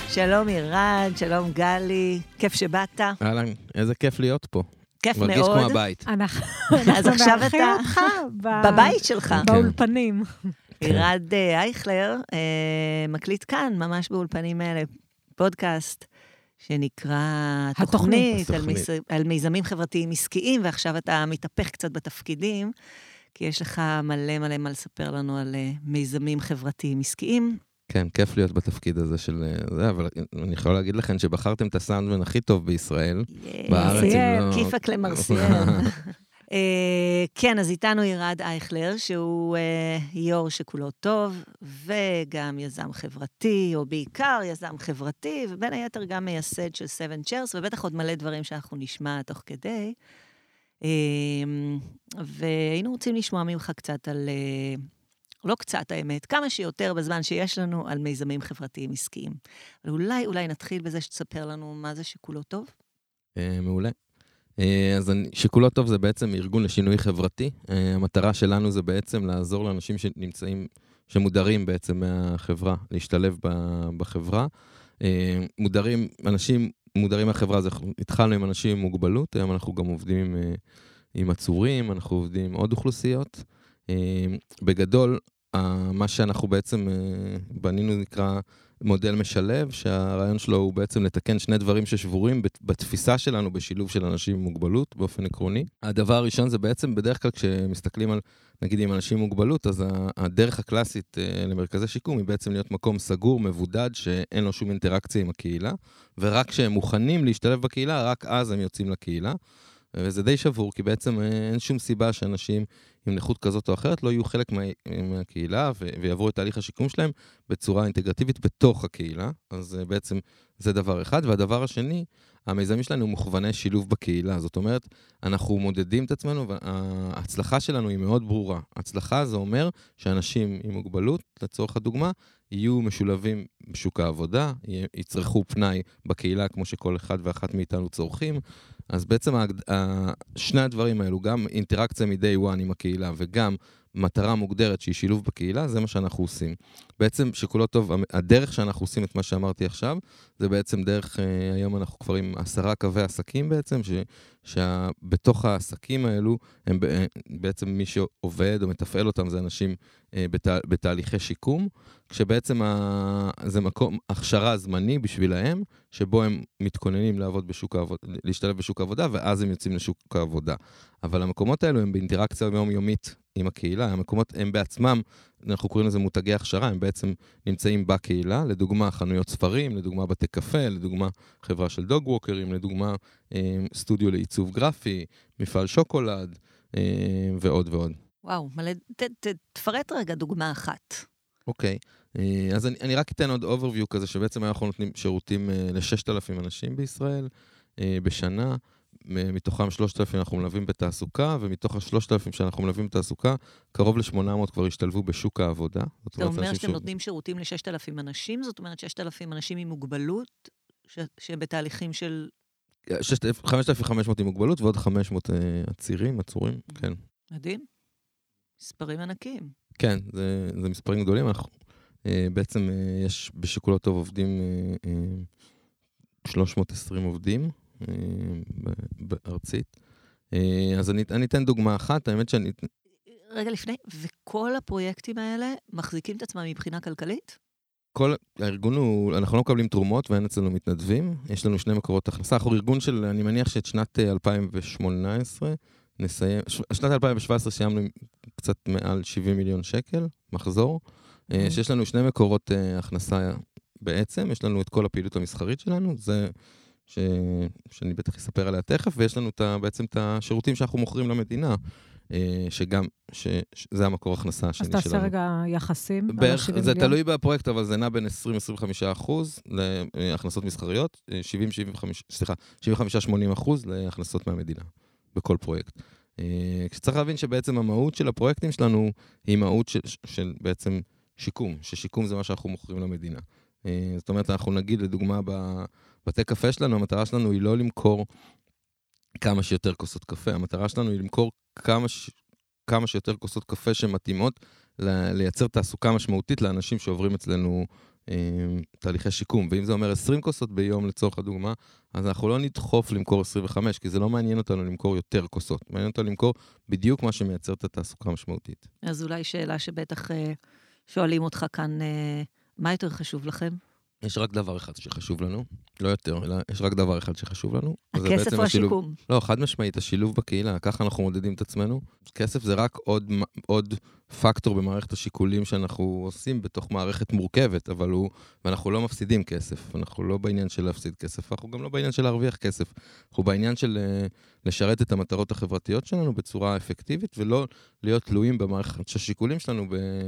שלום אירד, שלום גלי, כיף שבאת. אהלן, איזה כיף להיות פה. כיף מאוד. מרגיש כמו הבית. אז עכשיו אתה בבית שלך. באולפנים. אירד אייכלר מקליט כאן, ממש באולפנים האלה, פודקאסט שנקרא התוכנית, על מיזמים חברתיים עסקיים, ועכשיו אתה מתהפך קצת בתפקידים, כי יש לך מלא מלא מה לספר לנו על מיזמים חברתיים עסקיים. כן, כיף להיות בתפקיד הזה של זה, אבל אני יכול להגיד לכם שבחרתם את הסאונדמן הכי טוב בישראל. בארץ כיפק למרסיאל. כן, אז איתנו אירד אייכלר, שהוא יור שכולו טוב, וגם יזם חברתי, או בעיקר יזם חברתי, ובין היתר גם מייסד של 7 Chairs, ובטח עוד מלא דברים שאנחנו נשמע תוך כדי. והיינו רוצים לשמוע ממך קצת על... לא קצת האמת, כמה שיותר בזמן שיש לנו על מיזמים חברתיים עסקיים. אבל אולי נתחיל בזה שתספר לנו מה זה שכולו טוב? מעולה. אז שכולו טוב זה בעצם ארגון לשינוי חברתי. המטרה שלנו זה בעצם לעזור לאנשים שמודרים בעצם מהחברה, להשתלב בחברה. אנשים מודרים מהחברה, אז התחלנו עם אנשים עם מוגבלות, היום אנחנו גם עובדים עם עצורים, אנחנו עובדים עם עוד אוכלוסיות. בגדול, מה שאנחנו בעצם בנינו נקרא מודל משלב, שהרעיון שלו הוא בעצם לתקן שני דברים ששבורים בתפיסה שלנו בשילוב של אנשים עם מוגבלות באופן עקרוני. הדבר הראשון זה בעצם בדרך כלל כשמסתכלים על, נגיד עם אנשים עם מוגבלות, אז הדרך הקלאסית למרכזי שיקום היא בעצם להיות מקום סגור, מבודד, שאין לו שום אינטראקציה עם הקהילה, ורק כשהם מוכנים להשתלב בקהילה, רק אז הם יוצאים לקהילה. וזה די שבור, כי בעצם אין שום סיבה שאנשים עם נכות כזאת או אחרת לא יהיו חלק מהקהילה ויעברו את תהליך השיקום שלהם בצורה אינטגרטיבית בתוך הקהילה. אז בעצם זה דבר אחד. והדבר השני, המיזמים שלנו מוכווני שילוב בקהילה. זאת אומרת, אנחנו מודדים את עצמנו, וההצלחה שלנו היא מאוד ברורה. ההצלחה זה אומר שאנשים עם מוגבלות, לצורך הדוגמה, יהיו משולבים בשוק העבודה, יצרכו פנאי בקהילה כמו שכל אחד ואחת מאיתנו צורכים. אז בעצם שני הדברים האלו, גם אינטראקציה מ-day one עם הקהילה וגם מטרה מוגדרת שהיא שילוב בקהילה, זה מה שאנחנו עושים. בעצם שכולו טוב, הדרך שאנחנו עושים את מה שאמרתי עכשיו, זה בעצם דרך, היום אנחנו כבר עם 10 קווי עסקים בעצם, שבתוך העסקים האלו, הם בעצם מי שעובד או מתפעל אותם, זה אנשים בתהליכי שיקום, כשבעצם זה מקום הכשרה זמני בשבילהם, שבו הם מתכוננים להשתלב בשוק העבודה, ואז הם יוצאים לשוק העבודה. אבל המקומות האלו הם באינטראקציה יומיומית עם הקהילה, המקומות הם בעצמם, אנחנו קוראים לזה מותגי הכשרה, הם בעצם נמצאים בקהילה, לדוגמה חנויות ספרים, לדוגמה בתי קפה, לדוגמה חברה של דוג ווקרים, לדוגמה סטודיו לעיצוב גרפי, מפעל שוקולד ועוד ועוד. וואו, תפרט רגע דוגמה אחת. אוקיי, אז אני רק אתן עוד overview כזה, שבעצם אנחנו נותנים שירותים ל-6,000 אנשים בישראל בשנה, מתוכם 3,000 אנחנו מלווים בתעסוקה, ומתוך ה-3,000 שאנחנו מלווים בתעסוקה, קרוב ל-800 כבר השתלבו בשוק העבודה. אתה אומר שאתם נותנים שירותים ל-6,000 אנשים, זאת אומרת 6,000 אנשים עם מוגבלות, שבתהליכים של... 5,500 עם מוגבלות, ועוד 500 עצורים, כן. מדהים. מספרים ענקיים. כן, זה מספרים גדולים. בעצם יש בשכולו טוב עובדים, 320 עובדים, בארצית. אז אני אתן דוגמה אחת, האמת שאני... רגע לפני, וכל הפרויקטים האלה מחזיקים את עצמם מבחינה כלכלית? כל הארגון הוא, אנחנו לא מקבלים תרומות ואין אצלנו מתנדבים, יש לנו 2 מקורות הכנסה, אנחנו ארגון של, אני מניח שאת שנת 2018 נסיים, שנת 2017 סיימנו קצת מעל 70 מיליון שקל, מחזור, שיש לנו 2 מקורות הכנסה בעצם, יש לנו את כל הפעילות המסחרית שלנו, זה שאני בטח אספר עליה תכף, ויש לנו בעצם את השירותים שאנחנו מוכרים למדינה, שגם, זה המקור הכנסה השני שלנו. אז תעשה רגע יחסים. זה תלוי בפרויקט, אבל זה נע בין 20-25% להכנסות מסחריות, 75-80% להכנסות מהמדינה, בכל פרויקט. כשצריך להבין שבעצם המהות של הפרויקטים שלנו, היא מהות של בעצם שיקום, ששיקום זה מה שאנחנו מוכרים למדינה. זאת אומרת, אנחנו נגיד לדוגמה בבתי קפה שלנו, המטרה שלנו היא לא למכור כמה שיותר כוסות קפה, המטרה שלנו היא למכור כמה שיותר כוסות קפה שמתאימות לייצר תעסוקה משמעותית לאנשים שעוברים אצלנו תהליכי שיקום, ואם זה אומר 20 כוסות ביום לצורך הדוגמה, אז אנחנו לא נדחוף למכור 25, כי זה לא מעניין אותנו למכור יותר כוסות, מעניין אותנו למכור בדיוק מה שמייצר את התעסוקה המשמעותית. אז אולי שאלה שבטח שואלים אותך כאן, מה יותר חשוב לכם? יש רק דבר אחד שחשוב לנו, לא יותר, אלא יש רק דבר אחד שחשוב לנו. הכסף או השיקום? לא, חד משמעית, השילוב בקהילה, ככה אנחנו מודדים את עצמנו. כסף זה רק עוד פקטור במערכת השיקולים שאנחנו עושים בתוך מערכת מורכבת, ואנחנו לא מפסידים כסף, אנחנו לא בעניין של להפסיד כסף, אנחנו גם לא בעניין של להרוויח כסף, אנחנו בעניין של לשרת את המטרות החברתיות שלנו בצורה אפקטיבית, ולא להיות תלויים במערכת השיקולים שלנו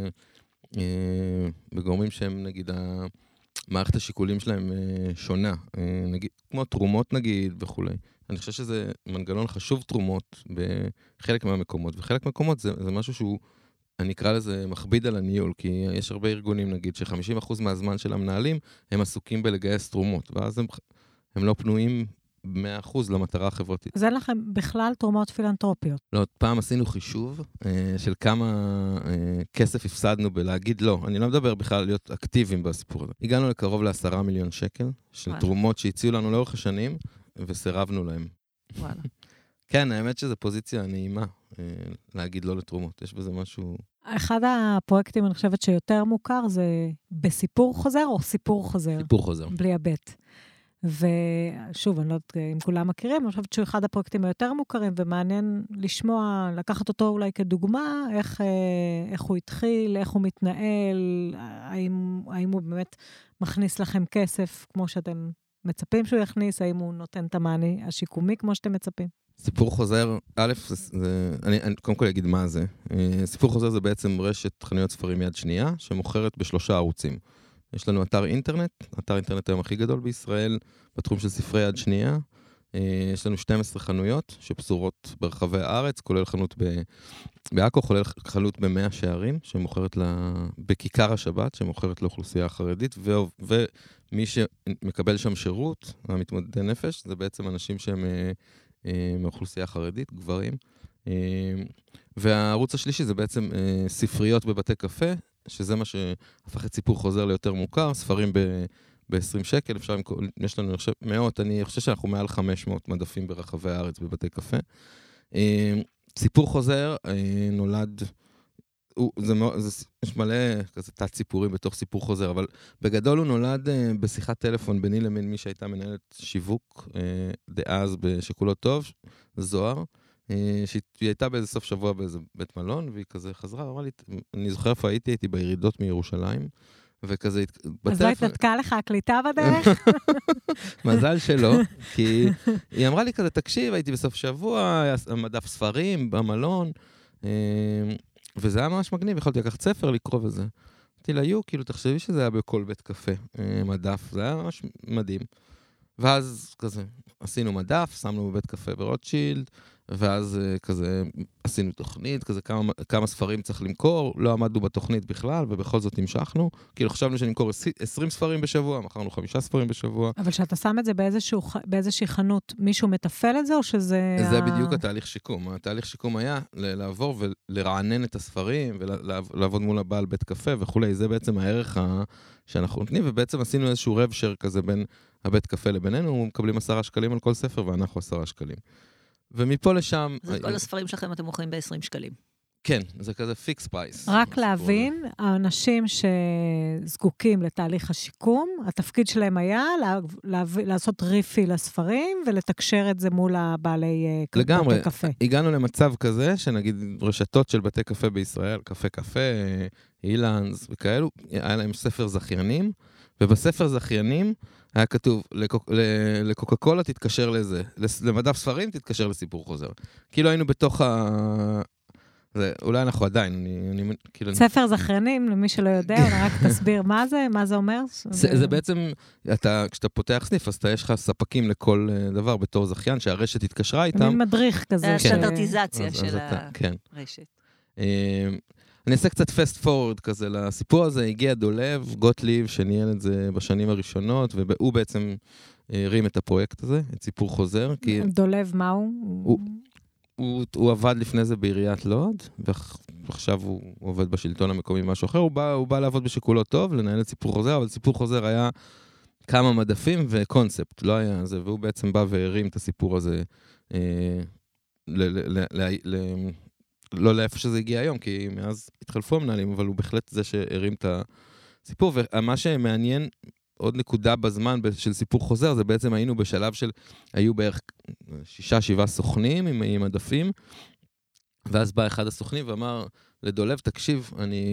בגורמים שהם נגיד מערכת השיקולים שלהם שונה, נגיד, כמו תרומות נגיד וכו'. אני חושב שזה מנגנון חשוב תרומות בחלק מהמקומות, וחלק מהמקומות זה משהו שהוא, אני אקרא לזה מכביד על הניהול, כי יש הרבה ארגונים נגיד ש50% מהזמן של המנהלים הם עסוקים בלגייס תרומות, ואז הם לא פנויים 100% למטרה החברתית. אז אין לכם בכלל תרומות פילנטרופיות. לא, פעם עשינו חישוב של כמה כסף הפסדנו בלהגיד לא. אני לא מדבר בכלל להיות אקטיביים בסיפור הזה. הגענו לקרוב ל10 מיליון שקל של תרומות שהציעו לנו לאורך השנים, וסירבנו להם. וואלה. כן, האמת שזו פוזיציה נעימה, להגיד לא לתרומות. יש בזה משהו... אחד הפרויקטים, אני חושבת שיותר מוכר, זה בסיפור חוזר או סיפור חוזר? סיפור חוזר. בלי הבט. ושוב, אני לא יודעת אם כולם מכירים, אני חושבת שהוא אחד הפרויקטים היותר מוכרים, ומעניין לשמוע, לקחת אותו אולי כדוגמה, איך הוא התחיל, איך הוא מתנהל, האם הוא באמת מכניס לכם כסף, כמו שאתם מצפים שהוא יכניס, האם הוא נותן את המענה השיקומי, כמו שאתם מצפים. סיפור חוזר, אני קודם כל אגיד מה זה. סיפור חוזר זה בעצם רשת חנויות ספרים יד שנייה, שמוכרת ב3 ערוצים. יש לנו אתר אינטרנט היום הכי גדול בישראל, בתחום של ספרי יד שנייה. יש לנו 12 חנויות שפזורות ברחבי הארץ, כולל חנות בעכו, כולל חנות ב100 שערים, שמוכרת בכיכר השבת, שמוכרת לאוכלוסייה החרדית, ומי שמקבל שם שירות, המתמודדי נפש, זה בעצם אנשים שהם מאוכלוסייה חרדית, גברים. והערוץ השלישי זה בעצם ספריות בבתי קפה, שזה מה שהפך את סיפור חוזר ליותר מוכר, ספרים ב-20 שקל, יש לנו מאות, אני חושב שאנחנו מעל 500 מדפים ברחבי הארץ בבתי קפה. סיפור חוזר נולד, יש מלא כזה תת סיפורים בתוך סיפור חוזר, אבל בגדול הוא נולד בשיחת טלפון ביני לבין מי שהייתה מנהלת שיווק דאז בשקולות טוב, זוהר, שהיא הייתה באיזה סוף שבוע באיזה בית מלון, והיא כזה חזרה, אמרה לי, אני זוכר איפה הייתי בירידות מירושלים, וכזה... אז לא התנתקה לך הקליטה בדרך? מזל שלא, כי היא אמרה לי כזה, תקשיב, הייתי בסוף שבוע, מדף ספרים במלון, וזה היה ממש מגניב, יכולתי לקחת ספר, לקרוא וזה. אמרתי לה, כאילו, תחשבי שזה היה בכל בית קפה, מדף, זה היה ממש מדהים. ואז כזה, עשינו מדף, שמנו בבית קפה ברוטשילד, ואז כזה עשינו תוכנית, כזה כמה ספרים צריך למכור, לא עמדנו בתוכנית בכלל, ובכל זאת המשכנו. כאילו חשבנו שנמכור 20 ספרים בשבוע, מכרנו 5 ספרים בשבוע. אבל שאתה שם את זה באיזושהי חנות, מישהו מטפל את זה, או שזה... זה בדיוק התהליך שיקום. התהליך שיקום היה לעבור ולרענן את הספרים, ולעבוד מול הבעל בית קפה וכולי. זה בעצם הערך שאנחנו נותנים, ובעצם עשינו איזשהו רב שר כזה בין הבית קפה לבינינו, מקבלים 10 שקלים על כל ספר, ואנחנו 10 שקלים. ומפה לשם... אז כל הספרים שלכם אתם מוכרים ב20 שקלים. כן, זה כזה פיקס פרייס. רק להבין, האנשים שזקוקים לתהליך השיקום, התפקיד שלהם היה לעשות ריפי לספרים, ולתקשר את זה מול הבעלי בתי קפה. הגענו למצב כזה, שנגיד רשתות של בתי קפה בישראל, קפה, אילנס וכאלו, היה להם ספר זכיינים, ובספר זכיינים היה כתוב, לקוקה קולה תתקשר לזה, למדף ספרים תתקשר לסיפור חוזר. כאילו היינו בתוך אולי אנחנו עדיין, ספר זכיינים, למי שלא יודע, רק תסביר מה זה, מה זה אומר? זה בעצם, כשאתה פותח סניף, אז יש לך ספקים לכל דבר בתור זכיין, שהרשת התקשרה איתם. מין מדריך כזה. סטנדרטיזציה של הרשת. אני אעשה קצת פסט פורוורד כזה לסיפור הזה, הגיע דולב, גוטליב, שניהל את זה בשנים הראשונות, והוא בעצם הרים את הפרויקט הזה, את סיפור חוזר. דולב מה הוא? הוא עבד לפני זה בעיריית לוד, ועכשיו הוא עובד בשלטון המקומי משהו אחר, הוא בא לעבוד בשיקולו טוב, לנהל את סיפור חוזר, אבל סיפור חוזר היה כמה מדפים וקונספט, לא היה זה, והוא בעצם בא והרים את הסיפור הזה, לא לאיפה שזה הגיע היום, כי מאז התחלפו המנהלים, אבל הוא בהחלט זה שהרים את הסיפור, ומה שמעניין, עוד נקודה בזמן של סיפור חוזר, זה בעצם היינו בשלב של, היו בערך 6-7 סוכנים עם מדפים, ואז בא אחד הסוכנים ואמר לדולב, תקשיב, אני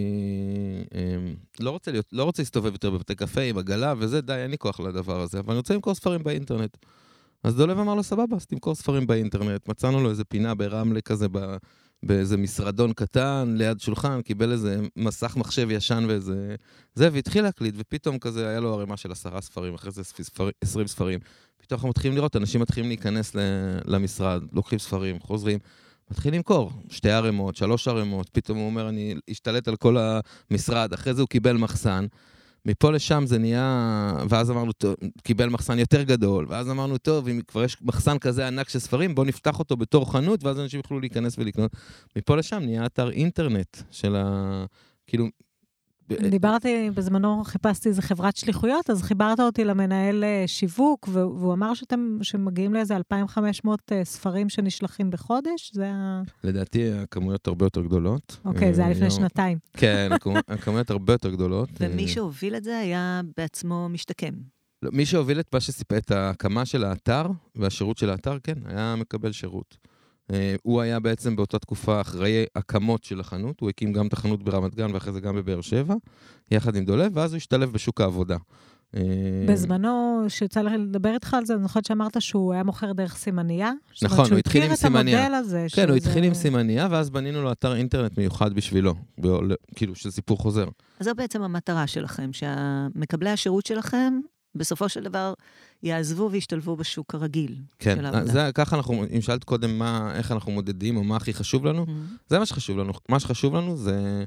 לא רוצה להסתובב יותר בבתי קפה עם עגלה, וזה די, אין לי כוח לדבר הזה, אבל אני רוצה למכור ספרים באינטרנט. אז דולב אמר לו, סבבה, אז תמכור ספרים באינטרנט. מצאנו לו איזה פינה ברמלה כזה, באיזה משרדון קטן, ליד שולחן, קיבל איזה מסך מחשב ישן ואיזה... זה, והתחיל להקליט, ופתאום כזה היה לו הרמה של 10 ספרים, אחרי זה 20 ספרים. פתאום אנחנו מתחילים לראות, אנשים מתחילים להיכנס למשרד, לוקחים ספרים, חוזרים, מתחילים למכור 2 ערימות, 3 ערימות, פתאום הוא אומר, אני אשתלט על כל המשרד, אחרי זה הוא קיבל מחסן, מפה לשם זה נהיה, ואז אמרנו, טוב, קיבל מחסן יותר גדול, ואז אמרנו, טוב, אם כבר יש מחסן כזה ענק של ספרים, בוא נפתח אותו בתור חנות, ואז אנשים יוכלו להיכנס ולקנות. מפה לשם נהיה אתר אינטרנט של כאילו... דיברתי, בזמנו חיפשתי איזה חברת שליחויות, אז חיברת אותי למנהל שיווק, והוא אמר שמגיעים לאיזה 2,500 ספרים שנשלחים בחודש, זה ה... לדעתי, הכמויות הרבה יותר גדולות. אוקיי, זה היה לפני שנתיים. כן, הכמויות הרבה יותר גדולות. ומי שהוביל את זה היה בעצמו משתקם. מי שהוביל את ההקמה של האתר, והשירות של האתר, כן, היה מקבל שירות. הוא היה בעצם באותה תקופה אחרי הקמות של החנות, הוא הקים גם את החנות ברמת גן ואחרי זה גם בבאר שבע, יחד עם דולב, ואז הוא השתלב בשוק העבודה. בזמנו, שיצא לדבר איתך על זה, אני זוכרת שאמרת שהוא היה מוכר דרך סימניה. נכון, הוא התחיל עם סימניה. כן, הוא התחיל עם סימניה, ואז בנינו לו אתר אינטרנט מיוחד בשבילו, כאילו של סיפור חוזר. אז זו בעצם המטרה שלכם, שהמקבלי השירות שלכם, בסופו של דבר, יעזבו וישתלבו בשוק הרגיל של העבודה. זה ככה אנחנו, אם שאלת קודם איך אנחנו מודדים, או מה הכי חשוב לנו, זה מה שחשוב לנו. מה שחשוב לנו זה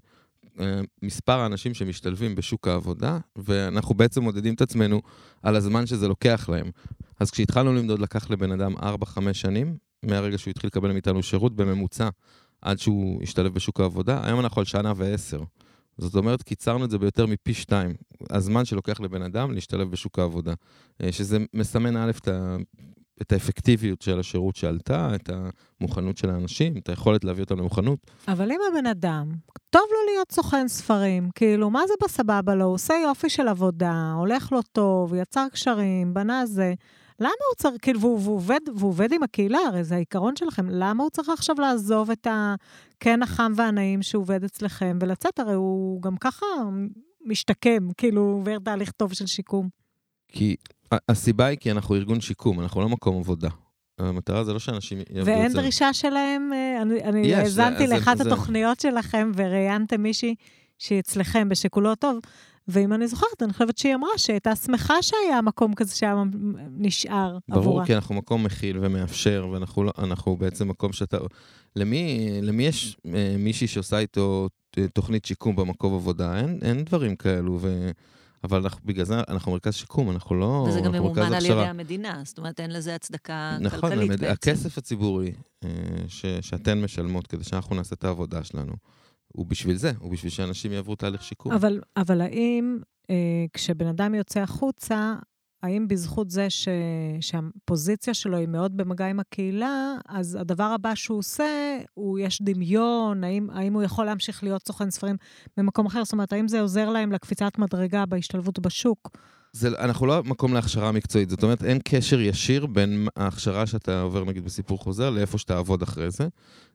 מספר האנשים שמשתלבים בשוק העבודה, ואנחנו בעצם מודדים את עצמנו על הזמן שזה לוקח להם. אז כשהתחלנו למדוד, לקח לבן אדם 4-5 שנים, מהרגע שהוא התחיל לקבל מאיתנו שירות בממוצע, עד שהוא השתלב בשוק העבודה, היום אנחנו על 1 שנה ו10. זאת אומרת, קיצרנו את זה ביותר מפי 2. הזמן שלוקח לבן אדם להשתלב בשוק העבודה. שזה מסמן א' את האפקטיביות של השירות שעלתה, את המוכנות של האנשים, את היכולת להביא אותם למוכנות. אבל אם הבן אדם, טוב לו להיות סוכן ספרים, כאילו, מה זה בסבבה לו? הוא עושה יופי של עבודה, הולך לו טוב, יצר קשרים, בנה זה. למה הוא צריך, כאילו, והוא עובד עם הקהילה, הרי זה העיקרון שלכם, למה הוא צריך עכשיו לעזוב את כן החם והנעים שעובד אצלכם, ולצאת, הרי הוא גם ככה משתקם, כאילו, עובר תהליך טוב של שיקום. כי הסיבה היא כי אנחנו ארגון שיקום, אנחנו לא מקום עבודה. המטרה זה לא שאנשים יעבדו ואין דרישה שלהם, אני האזנתי לאחת התוכניות שלכם, וראיינתם מישהי שאצלכם בשיקולו טוב, ואם אני זוכרת, אני חושבת שהיא אמרה שהייתה שמחה שהיה מקום כזה שהיה נשאר עבורה. ברור, כי אנחנו מקום מכיל ומאפשר, ואנחנו בעצם מקום שאתה... למי יש מישהי שעושה איתו תוכנית שיקום במקום עבודה? אין דברים כאלו, אבל בגלל זה אנחנו מרכז שיקום, אנחנו לא... וזה גם ממומן על ידי המדינה, זאת אומרת, אין לזה הצדקה כלכלית בעצם. נכון, הכסף הציבורי שאתן משלמות כדי שאנחנו נעשה את העבודה שלנו, הוא בשביל זה, הוא בשביל שאנשים יעברו תהליך שיקום. אבל האם כשבן אדם יוצא החוצה, האם בזכות זה שהפוזיציה שלו היא מאוד במגע עם הקהילה, אז הדבר הבא שהוא עושה, יש דמיון, האם הוא יכול להמשיך להיות סוכן ספרים במקום אחר? זאת אומרת, האם זה עוזר להם לקפיצת מדרגה בהשתלבות בשוק? אנחנו לא מקום להכשרה מקצועית, זאת אומרת, אין קשר ישיר בין ההכשרה שאתה עובר, נגיד, בסיפור חוזר, לאיפה שאתה עבוד אחרי זה.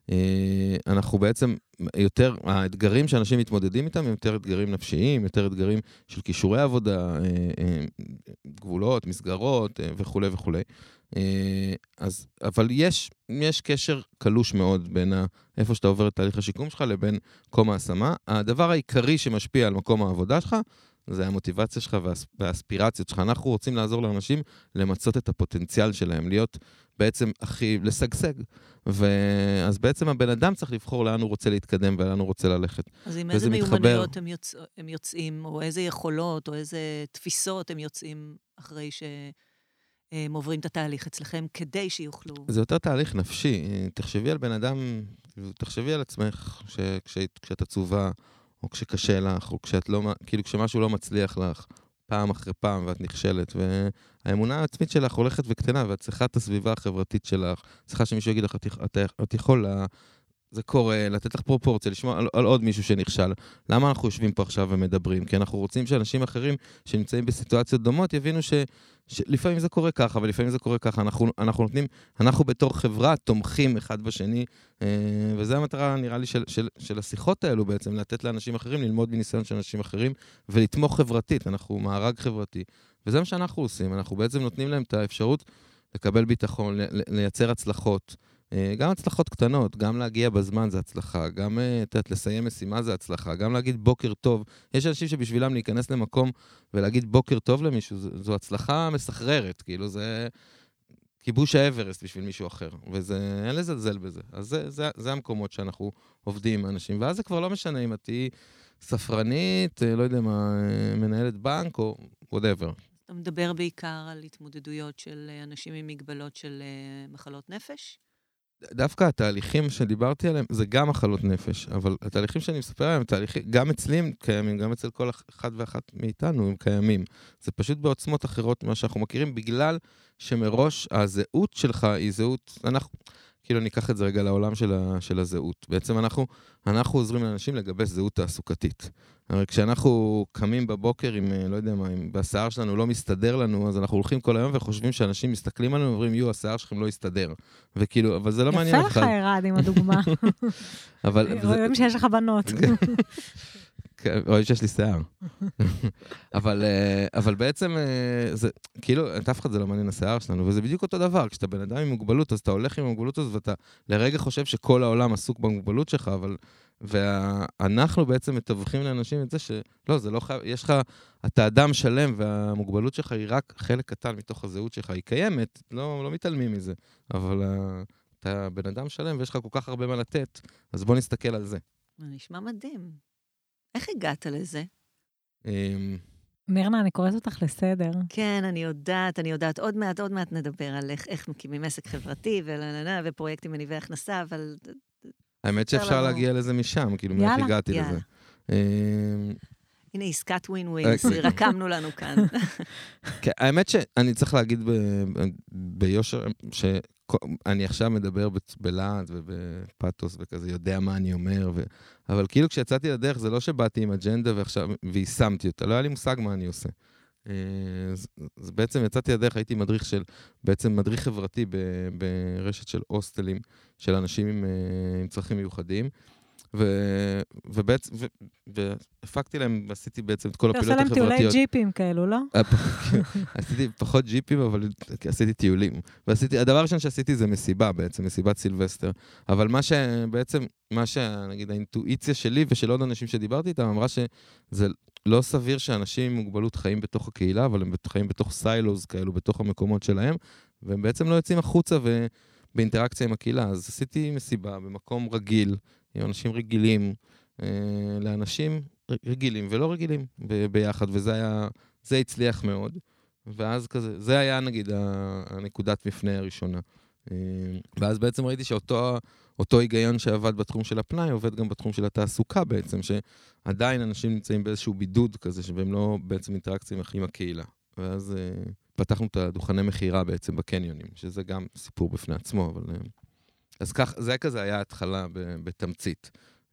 אנחנו בעצם יותר, האתגרים שאנשים מתמודדים איתם, הם יותר אתגרים נפשיים, יותר אתגרים של כישורי עבודה, גבולות, מסגרות וכו' וכו'. אבל יש קשר קלוש מאוד בין איפה שאתה עובר את תהליך השיקום שלך לבין מקום ההשמה. הדבר העיקרי שמשפיע על מקום העבודה שלך, זה המוטיבציה שלך והאספירציות שלך. אנחנו רוצים לעזור לאנשים למצות את הפוטנציאל שלהם, להיות בעצם לשגשג. ואז בעצם הבן אדם צריך לבחור לאן הוא רוצה להתקדם ולאן הוא רוצה ללכת. אז עם איזה מיומנויות הם יוצאים, או איזה יכולות, או איזה תפיסות הם יוצאים אחרי הם עוברים את התהליך אצלכם כדי שיוכלו... זה יותר תהליך נפשי. תחשבי על בן אדם, תחשבי על עצמך כשאת עצובה, או כשקשה לך, או כשאת לא, כאילו כשמשהו לא מצליח לך, פעם אחרי פעם, ואת נכשלת, והאמונה העצמית שלך הולכת וקטנה, ואת צריכה את הסביבה החברתית שלך, צריכה שמישהו יגיד לך, את יכול זה קורה, לתת לך פרופורציה, לשמוע על עוד מישהו שנכשל. למה אנחנו יושבים פה עכשיו ומדברים? כי אנחנו רוצים שאנשים אחרים שנמצאים בסיטואציות דומות יבינו שלפעמים זה קורה ככה, ולפעמים זה קורה ככה. אנחנו נותנים, אנחנו בתור חברה תומכים אחד בשני, וזו המטרה, נראה לי, של השיחות האלו בעצם, לתת לאנשים אחרים, ללמוד מניסיון של אנשים אחרים, ולתמוך חברתית. אנחנו מארג חברתי. וזה מה שאנחנו עושים. אנחנו בעצם נותנים להם את האפשרות לקבל ביטחון, לייצר הצלחות. גם הצלחות קטנות, גם להגיע בזמן זה הצלחה, גם לסיים משימה זה הצלחה, גם להגיד בוקר טוב. יש אנשים שבשבילם להיכנס למקום ולהגיד בוקר טוב למישהו, זו הצלחה מסחררת, כאילו זה כיבוש האברסט בשביל מישהו אחר, ואין לזלזל בזה. אז זה המקומות שאנחנו עובדים עם אנשים, ואז זה כבר לא משנה אם את תהיי ספרנית, לא יודע מה, מנהלת בנק או whatever. אתה מדבר בעיקר על התמודדויות של אנשים עם מגבלות של מחלות נפש? דווקא התהליכים שדיברתי עליהם, זה גם מחלות נפש, אבל התהליכים שאני מספר עליהם, גם אצלי הם קיימים, גם אצל כל אחד ואחת מאיתנו הם קיימים. זה פשוט בעוצמות אחרות ממה שאנחנו מכירים, בגלל שמראש הזהות שלך היא זהות, כאילו ניקח את זה רגע לעולם של הזהות. בעצם אנחנו עוזרים לאנשים לגבי זהות תעסוקתית. הרי כשאנחנו קמים בבוקר עם, לא יודע מה, אם בשיער שלנו לא מסתדר לנו, אז אנחנו הולכים כל היום וחושבים שאנשים מסתכלים עלינו ואומרים, השיער שלכם לא יסתדר. וכאילו, אבל זה לא מעניין יפה לך ירד עם הדוגמה. רואים שיש לך בנות. רואים שיש לי שיער. אבל בעצם, כאילו, את אף אחד זה לא מעניין השיער שלנו, וזה בדיוק אותו דבר. כשאתה בן אדם עם מוגבלות, אז אתה הולך עם המוגבלות הזאת, ואתה לרגע חושב שכל העולם עסוק במוגבלות שלך, אבל... ואנחנו בעצם מתווכים לאנשים את זה שלא, זה לא חייב, יש לך, אתה אדם שלם והמוגבלות שלך היא רק חלק קטן מתוך הזהות שלך, היא קיימת, לא מתעלמים מזה, אבל אתה בן אדם שלם ויש לך כל כך הרבה מה לתת, אז בוא נסתכל על זה. נשמע מדהים. איך הגעת לזה? מירנה, אני קוראת אותך לסדר. כן, אני יודעת, עוד מעט נדבר על איך מקימים עסק חברתי ופרויקטים מניבי הכנסה, אבל... האמת שאפשר להגיע לזה משם, כאילו מאיך הגעתי לזה. הנה, עסקת ווין, רקמנו לנו כאן. האמת שאני צריך להגיד ביושר, שאני עכשיו מדבר בלעד ובפאטוס וכזה, יודע מה אני אומר, אבל כאילו כשיצאתי לדרך, זה לא שבאתי עם אג'נדה ויישמתי אותה, לא היה לי מושג מה אני עושה. אז בעצם יצאתי לדרך, הייתי מדריך חברתי ברשת של הוסטלים, של אנשים עם צרכים מיוחדים, והפקתי להם, עשיתי בעצם את כל הפעילות החברתיות. אתה עושה להם טיולי ג'יפים כאלו, לא? עשיתי פחות ג'יפים, אבל עשיתי טיולים. הדבר הראשון שעשיתי זה מסיבה בעצם, מסיבת סילבסטר. אבל מה שנגיד, האינטואיציה שלי ושל עוד אנשים שדיברתי איתם, אמרה שזה לא סביר שאנשים עם מוגבלות חיים בתוך הקהילה, אבל הם חיים בתוך סיילוז כאלו, בתוך המקומות שלהם, והם בעצם לא יוצאים החוצה באינטראקציה עם הקהילה. אז עשיתי מסיבה במקום רגיל, עם אנשים רגילים, לאנשים רגילים ולא רגילים ביחד, זה הצליח מאוד, ואז כזה, זה היה נגיד הנקודת מפנה הראשונה. ואז בעצם ראיתי שאותו היגיון שעבד בתחום של הפנאי, עובד גם בתחום של התעסוקה בעצם, שעדיין אנשים נמצאים באיזשהו בידוד כזה, והם לא בעצם אינטראקציה עם הקהילה. ואז פתחנו את הדוכני מחירה בעצם בקניונים, שזה גם סיפור בפני עצמו, אבל... אז כך, זה כזה היה התחלה בתמצית.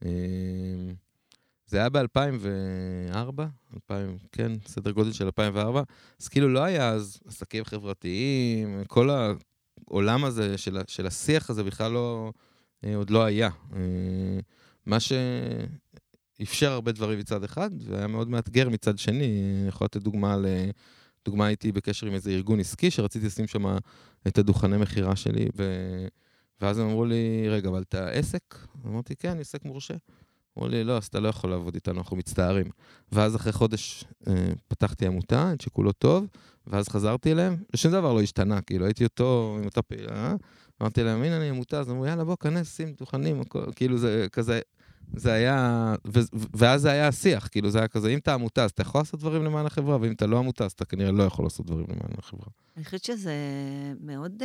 זה היה ב-2004, כן, סדר גודל של 2004, אז כאילו לא היה אז עסקים חברתיים, כל העולם הזה של השיח הזה בכלל עוד לא היה. מה שאפשר הרבה דברים מצד אחד, והיה מאוד מאתגר מצד שני. יכול לתת דוגמה הייתי בקשר עם איזה ארגון עסקי, שרציתי לשים שם את הדוכני מחירה שלי, ואז הם אמרו לי, רגע, אבל אתה עסק? אמרתי, כן, אני עסק מורשה. אמרו לי, לא, אז אתה לא יכול לעבוד איתנו, אנחנו מצטערים. ואז אחרי חודש פתחתי עמותה, את שכולו טוב, ואז חזרתי אליהם, ושום דבר לא השתנה, כאילו, הייתי אותו עם אותה פעילה, אמרתי להם, הנה אני עמותה, אז אמרו, יאללה, בוא, כנס, שים דוכנים, כאילו זה כזה, זה היה, ואז זה היה השיח, כאילו זה היה כזה, אם אתה עמותה, אז אתה יכול לעשות דברים למען החברה, ואם אתה לא עמותה, אז אתה כנראה לא יכול לעשות דברים למען החברה. אני חושבת שזה מאוד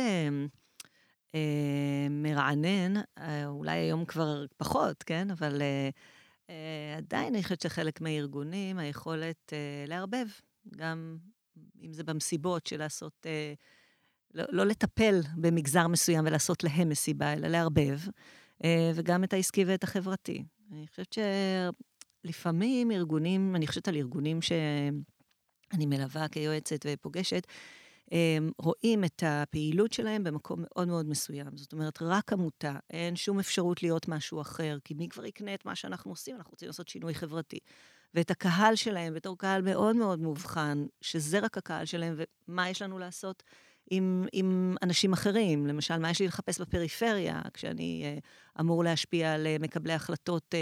מרענן, אולי היום כבר פחות, כן? אבל עדיין אני חושבת שחלק מהארגונים, היכולת לערבב, גם אם זה במסיבות של לעשות, לא לטפל במגזר מסוים ולעשות להם מסיבה, אלא לערבב, וגם את העסקי ואת החברתי. אני חושבת שלפעמים ארגונים, אני חושבת על ארגונים שאני מלווה כיועצת ופוגשת, רואים את הפעילות שלהם במקום מאוד מאוד מסוים. זאת אומרת, רק עמותה, אין שום אפשרות להיות משהו אחר, כי מי כבר יקנה את מה שאנחנו עושים? אנחנו רוצים לעשות שינוי חברתי. ואת הקהל שלהם, בתור קהל מאוד מאוד מובחן, שזה רק הקהל שלהם, ומה יש לנו לעשות עם אנשים אחרים. למשל, מה יש לי לחפש בפריפריה, כשאני אמור להשפיע על מקבלי החלטות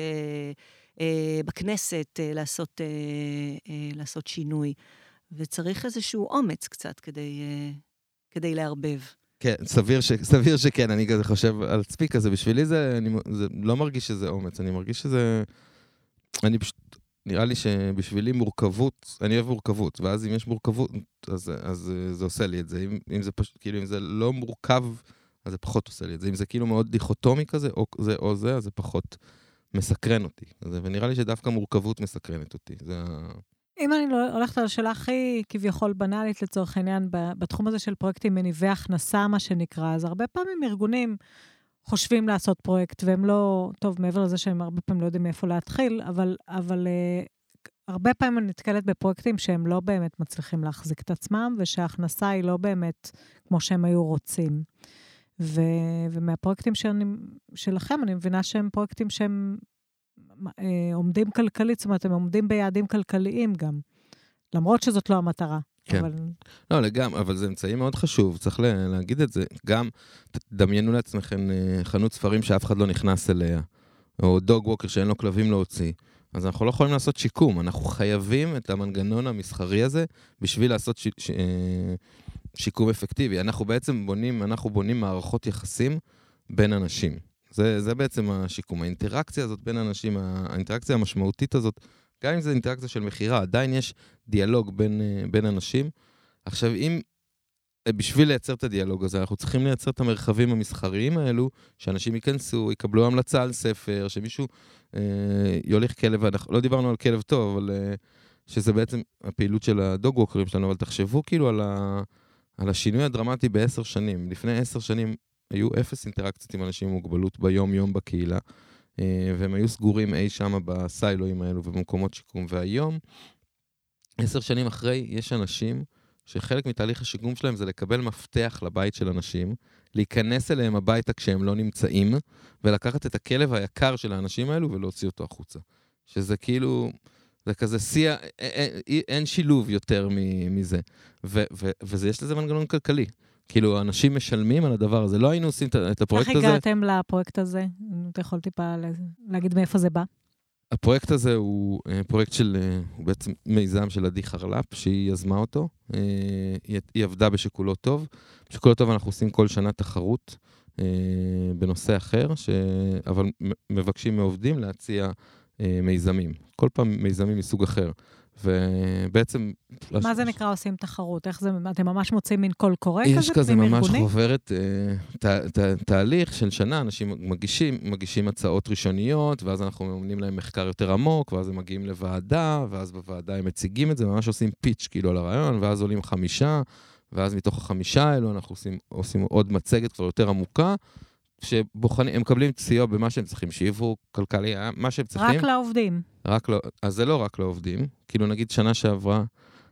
בכנסת, לעשות שינוי. וצריך איזשהו אומץ קצת כדי לערבב. כן, סביר שכן, אני כזה חושב על עצמי כזה, בשבילי זה לא מרגיש שזה אומץ, אני מרגיש שזה, נראה לי שבשבילי מורכבות, אני אוהב מורכבות, ואז אם יש מורכבות, אז זה עושה לי את זה, אם זה פשוט, כאילו אם זה לא מורכב, אז זה פחות עושה לי את זה, אם זה כאילו מאוד דיכוטומי כזה, או זה, אז זה פחות מסקרן אותי, ונראה לי שדווקא מורכבות מסקרנת אותי, זה אם אני הולכת על השאלה הכי כביכול בנאלית לצורך העניין, בתחום הזה של פרויקטים מניבי הכנסה, מה שנקרא, אז הרבה פעמים ארגונים חושבים לעשות פרויקט, והם לא, טוב, מעבר לזה שהם הרבה פעמים לא יודעים מאיפה להתחיל, אבל הרבה פעמים אני נתקלת בפרויקטים שהם לא באמת מצליחים להחזיק את עצמם, ושההכנסה היא לא באמת כמו שהם היו רוצים. ומהפרויקטים שלכם, אני מבינה שהם פרויקטים שהם עומדים כלכלית, זאת אומרת, הם עומדים ביעדים כלכליים גם, למרות שזאת לא המטרה. כן. אבל... לא, לגמרי, אבל זה אמצעי מאוד חשוב, צריך להגיד את זה. גם, דמיינו לעצמכם חנות ספרים שאף אחד לא נכנס אליה, או דוג ווקר שאין לו כלבים להוציא. אז אנחנו לא יכולים לעשות שיקום, אנחנו חייבים את המנגנון המסחרי הזה, בשביל לעשות שיקום אפקטיבי. אנחנו בעצם בונים מערכות יחסים בין אנשים. זה בעצם השיקום. האינטראקציה הזאת בין אנשים, האינטראקציה המשמעותית הזאת, גם אם זה אינטראקציה של מחירה, עדיין יש דיאלוג בין אנשים. עכשיו, בשביל לייצר את הדיאלוג הזה, אנחנו צריכים לייצר את המרחבים המסחריים האלו, שאנשים ייכנסו, יקבלו המלצה על ספר, שמישהו יוליך כלב, לא דיברנו על כלב טוב, אבל שזה בעצם הפעילות של הדוג ווקרים שלנו, אבל תחשבו כאילו על השינוי הדרמטי ב10 שנים. לפני 10 שנים היו 0 אינטראקציות עם אנשים עם מוגבלות ביום-יום בקהילה, והם היו סגורים אי שמה בסיילואים האלו ובמקומות שיקום, והיום, 10 שנים אחרי, יש אנשים שחלק מתהליך השיקום שלהם זה לקבל מפתח לבית של אנשים, להיכנס אליהם הביתה כשהם לא נמצאים, ולקחת את הכלב היקר של האנשים האלו ולהוציא אותו החוצה. שזה כאילו, זה כזה אין שילוב יותר מזה. ויש לזה מנגנון כלכלי. כאילו, אנשים משלמים על הדבר הזה. לא היינו עושים את הפרויקט הזה. איך הגעתם לפרויקט הזה? אתה יכול טיפה להגיד מאיפה זה בא? הפרויקט הזה הוא פרויקט הוא בעצם מיזם של עדי חרל"פ, שהיא יזמה אותו. היא עבדה בשקולות טוב. בשקולות טוב אנחנו עושים כל שנה תחרות בנושא אחר, אבל מבקשים מעובדים להציע מיזמים. כל פעם מיזמים מסוג אחר. ובעצם... מה זה נקרא עושים תחרות? איך זה, אתם ממש מוצאים מין קול קורא כזה? יש כזה ממש חוברת תהליך של שנה, אנשים מגישים הצעות ראשוניות, ואז אנחנו ממנים להם מחקר יותר עמוק, ואז הם מגיעים לוועדה, ואז בוועדה הם מציגים את זה, ממש עושים פיץ' כאילו על הרעיון, ואז עולים 5, ואז מתוך 5 האלו אנחנו עושים עוד מצגת כבר יותר עמוקה, שבוחנים, הם מקבלים סיוע במה שהם צריכים, שיבוא כלכלי, מה שהם צריכים. רק לעובדים. אז זה לא רק לעובדים, כאילו נגיד שנה שעברה,